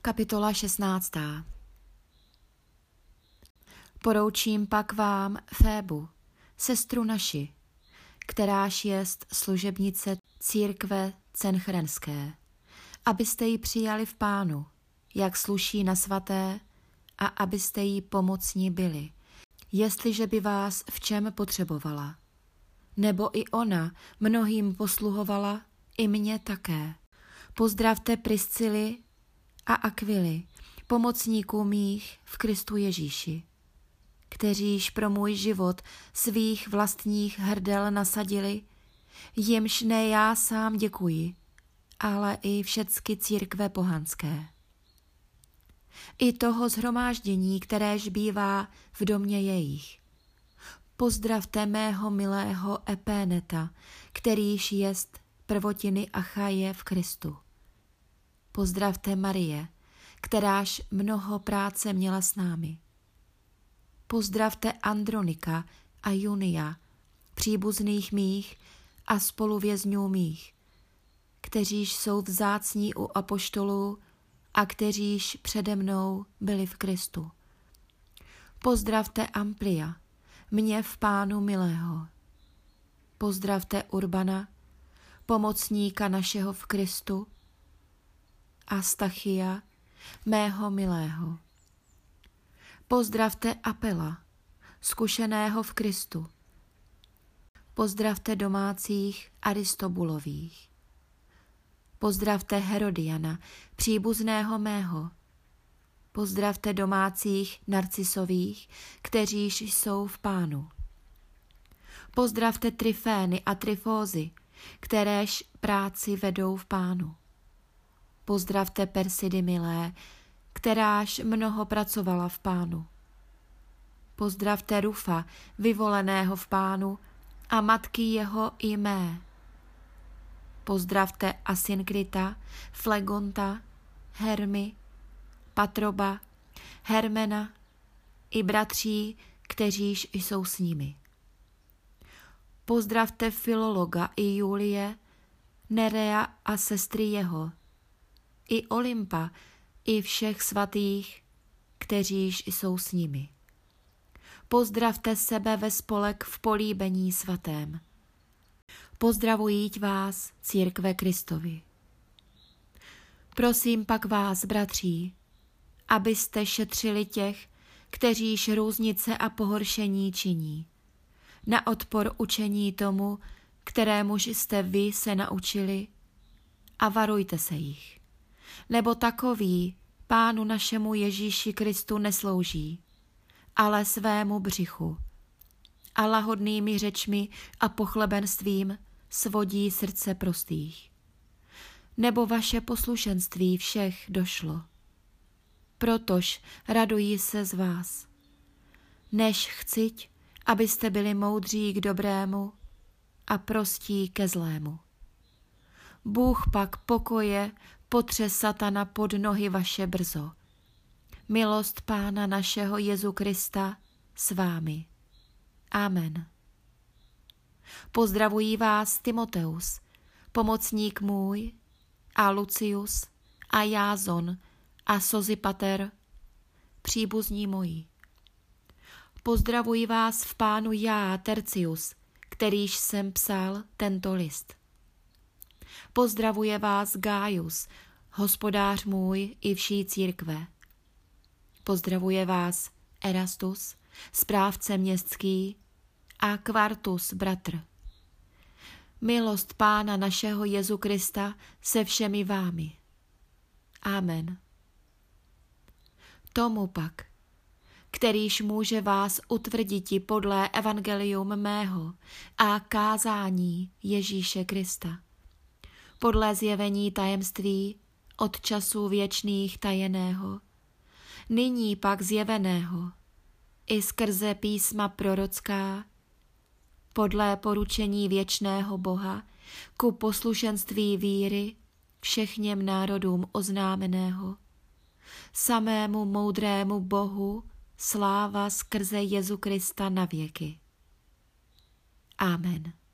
Kapitola 16. Poroučím pak vám Fébu, sestru naši, kteráž jest služebnice církve cenchrenské, abyste ji přijali v Pánu, jak sluší na svaté, a abyste jí pomocní byli, jestliže by vás v čem potřebovala. Nebo i ona mnohým posluhovala, i mně také. Pozdravte Priscily a Akvily, pomocníků mých v Kristu Ježíši, kteříž pro můj život svých vlastních hrdel nasadili, jimž ne já sám děkuji, ale i všecky církve pohanské. I toho shromáždění, kteréž bývá v domě jejich. Pozdravte mého milého Epéneta, kterýž jest prvotiny Achaje v Kristu. Pozdravte Marie, kteráž mnoho práce měla s námi. Pozdravte Andronika a Junia, příbuzných mých a spoluvězňů mých, kteříž jsou vzácní u apoštolů a kteříž přede mnou byli v Kristu. Pozdravte Amplia, mě v Pánu milého. Pozdravte Urbana, pomocníka našeho v Kristu, a Stachia, mého milého. Pozdravte Apela, zkušeného v Kristu. Pozdravte domácích Aristobulových. Pozdravte Herodiana, příbuzného mého. Pozdravte domácích Narcisových, kteříž jsou v Pánu. Pozdravte Tryfény a Tryfózy, kteréž práci vedou v Pánu. Pozdravte Persidy milé, kteráž mnoho pracovala v Pánu. Pozdravte Rufa, vyvoleného v Pánu, a matky jeho i mé. Pozdravte Asynkrita, Flegonta, Hermy, Patroba, Hermena i bratří, kteříž jsou s nimi. Pozdravte Filologa i Julie, Nerea a sestry jeho, i Olympa, i všech svatých, kteříž jsou s nimi. Pozdravte sebe ve spolek v políbení svatém. Pozdravujíť vás, církve Kristovi. Prosím pak vás, bratří, abyste šetřili těch, kteříž různice a pohoršení činí, na odpor učení tomu, kterémuž jste vy se naučili, a varujte se jich. Nebo takový Pánu našemu Ježíši Kristu neslouží, ale svému břichu, a lahodnými řečmi a pochlebenstvím svodí srdce prostých. Nebo vaše poslušenství všech došlo. Protož radují se z vás. Než chciť, abyste byli moudří k dobrému a prostí ke zlému. Bůh pak pokoje potře satana pod nohy vaše brzo. Milost Pána našeho Jezu Krista s vámi. Amen. Pozdravují vás Timoteus, pomocník můj, a Lucius, a Jázon, a Sozipater, příbuzní moji. Pozdravuji vás v Pánu já, Tercius, kterýž jsem psal tento list. Pozdravuje vás Gaius, hospodář můj i vší církve. Pozdravuje vás Erastus, správce městský, a Kvartus, bratr. Milost Pána našeho Jezu Krista se všemi vámi. Amen. Tomu pak, kterýž může vás utvrditi podle evangelium mého a kázání Ježíše Krista, podle zjevení tajemství od časů věčných tajeného, nyní pak zjeveného, i skrze písma prorocká, podle poručení věčného Boha, ku poslušenství víry všechněm národům oznámeného, samému moudrému Bohu sláva skrze Jezu Krista na věky. Amen.